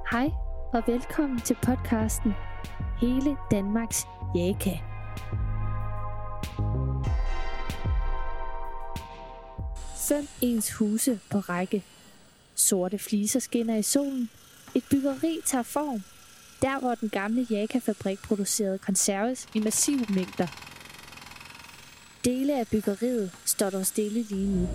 Hej og velkommen til podcasten Hele Danmarks Jaka. Fem ens huse på række. Sorte fliser skinner i solen. Et byggeri tager form. Der hvor den gamle Jaka-fabrik producerede konserves i massive mængder. Dele af byggeriet står dog stille lige nu.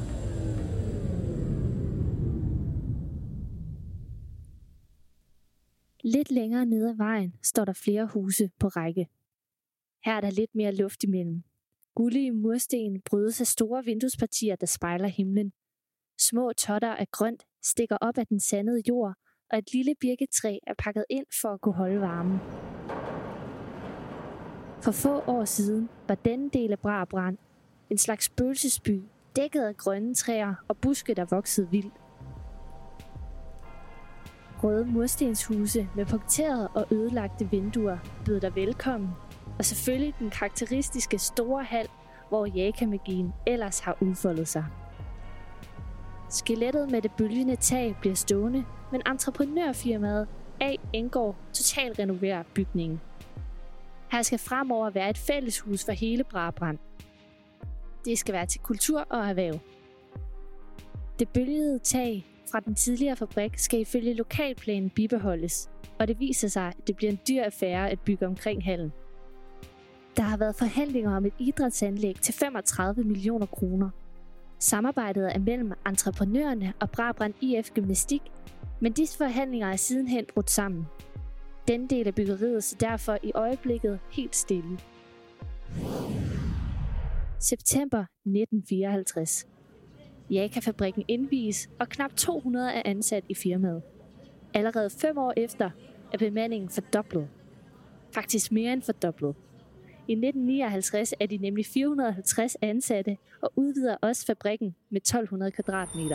Lidt længere nede ad vejen står der flere huse på række. Her er der lidt mere luft imellem. Gullige mursten brydes af store vinduespartier, der spejler himlen. Små totter af grønt stikker op af den sandede jord, og et lille birketræ er pakket ind for at kunne holde varmen. For få år siden var denne del af Brabrand en slags spøgelsesby, dækket af grønne træer og buske, der voksede vildt. Røde murstenshuse med punkterede og ødelagte vinduer bød dig velkommen, og selvfølgelig den karakteristiske store hal, hvor Jaka-magien ellers har udfoldet sig. Skelettet med det bølgende tag bliver stående, men entreprenørfirmaet A. Engård totalt renoverer bygningen. Her skal fremover være et fælleshus for hele Brabrand. Det skal være til kultur og erhverv. Det bølgede tag fra den tidligere fabrik skal ifølge lokalplanen bibeholdes, og det viser sig, at det bliver en dyr affære at bygge omkring hallen. Der har været forhandlinger om et idrætsanlæg til 35 millioner kroner. Samarbejdet er mellem entreprenørerne og Brabrand IF Gymnastik, men disse forhandlinger er sidenhen brudt sammen. Denne del af byggeriet er derfor i øjeblikket helt stille. September 1954. Jaka-fabrikken indvies, og knap 200 er ansat i firmaet. Allerede 5 år efter er bemandingen fordoblet. Faktisk mere end fordoblet. I 1959 er de nemlig 450 ansatte og udvider også fabrikken med 1200 kvadratmeter.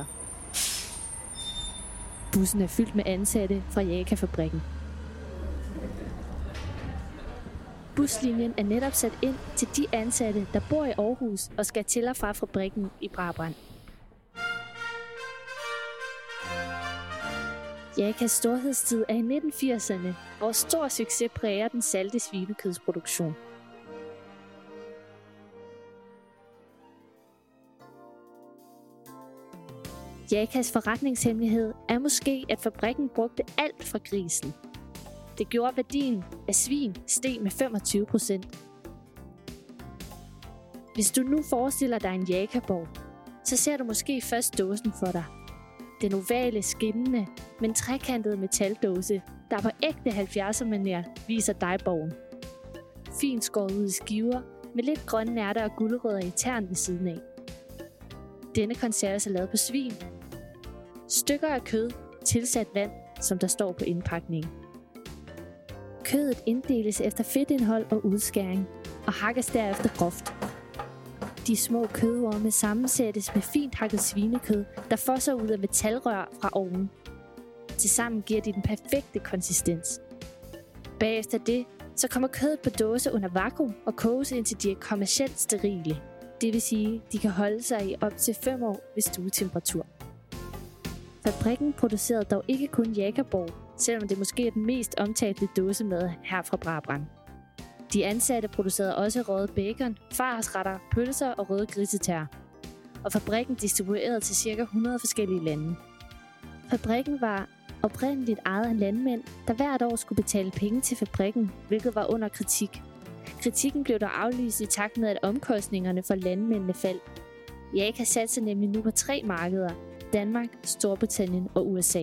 Bussen er fyldt med ansatte fra Jaka-fabrikken. Buslinjen er netop sat ind til de ansatte, der bor i Aarhus og skal til og fra fabrikken i Brabrand. Jakas storhedstid er i 1980'erne, hvor stor succes præger den salte svinekødsproduktion. Jakas forretningshemmelighed er måske, at fabrikken brugte alt fra grisen. Det gjorde værdien af svin steg med 25%. Hvis du nu forestiller dig en Jaka-borg, så ser du måske først dåsen for dig. Den ovale, skinnende, men trekantede metaldåse, der på ægte 70'er-manér viser dig borgen. Fint skåret ud i skiver, med lidt grønne ærter og gulerødder i tern ved siden af. Denne konserves er lavet på svin. Stykker af kød, tilsat vand, som der står på indpakningen. Kødet inddeles efter fedtindhold og udskæring, og hakkes derefter groft. De små kødorme sammensættes med fint hakket svinekød, der fosser ud af metalrør fra ovnen. Tilsammen giver de den perfekte konsistens. Bagefter det, så kommer kødet på dåse under vakuum og koges indtil de er kommercielt sterile. Det vil sige, de kan holde sig i op til 5 år ved stuetemperatur. Fabrikken producerede dog ikke kun Jaka-borg, selvom det måske er den mest omtalte dåsemad her fra Brabrand. De ansatte producerede også røget bacon, farsretter, pølser og røde grisetær. Og fabrikken distribuerede til ca. 100 forskellige lande. Fabrikken var oprindeligt ejet af landmænd, der hvert år skulle betale penge til fabrikken, hvilket var under kritik. Kritikken blev dog aflyst i takt med, at omkostningerne for landmændene faldt. Jaka satte nemlig nu på 3 markeder: Danmark, Storbritannien og USA.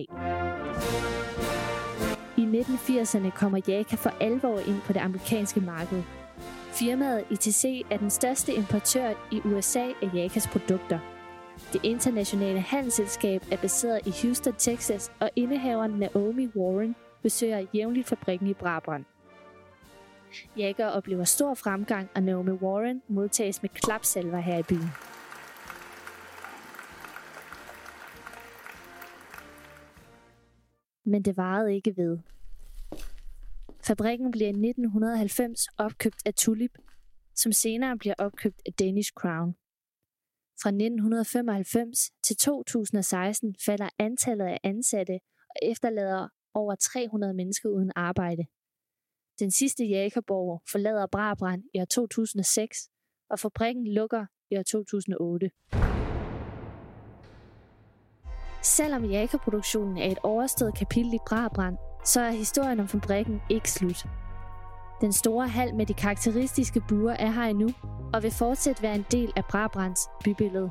I 1980'erne kommer Jaka for alvor ind på det amerikanske marked. Firmaet ITC er den største importør i USA af Jakas produkter. Det internationale handelsselskab er baseret i Houston, Texas, og indehaveren Naomi Warren besøger jævnligt fabrikken i Brabrand. Jaka oplever stor fremgang, og Naomi Warren modtages med klapsalver her i byen. Men det varede ikke ved. Fabrikken bliver i 1990 opkøbt af Tulip, som senere bliver opkøbt af Danish Crown. Fra 1995 til 2016 falder antallet af ansatte og efterlader over 300 mennesker uden arbejde. Den sidste jægerborg forlader Brabrand i år 2006, og fabrikken lukker i år 2008. Selvom jægerproduktionen er et overstået kapitel i Brabrand, så er historien om fabrikken ikke slut. Den store hal med de karakteristiske buer er her endnu, og vil fortsat være en del af Brabrands bybillede.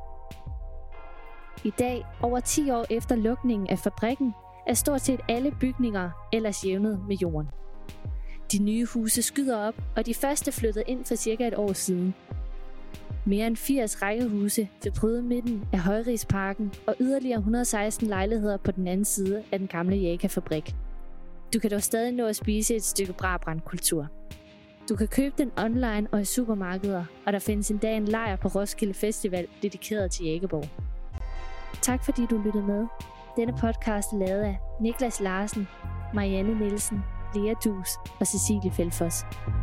I dag, over 10 år efter lukningen af fabrikken, er stort set alle bygninger ellers jævnet med jorden. De nye huse skyder op, og de første flyttede ind for cirka et år siden. Mere end 80 rækkehuse vil pryde midten af Højrigsparken og yderligere 116 lejligheder på den anden side af den gamle Jaka-fabrik. Du kan dog stadig nå at spise et stykke Brabrand-kultur. Du kan købe den online og i supermarkeder, og der findes endda en lejr på Roskilde Festival dedikeret til Jægerborg. Tak fordi du lyttede med. Denne podcast er lavet af Niklas Larsen, Marianne Nielsen, Lea Dus og Cecilie Feldfoss.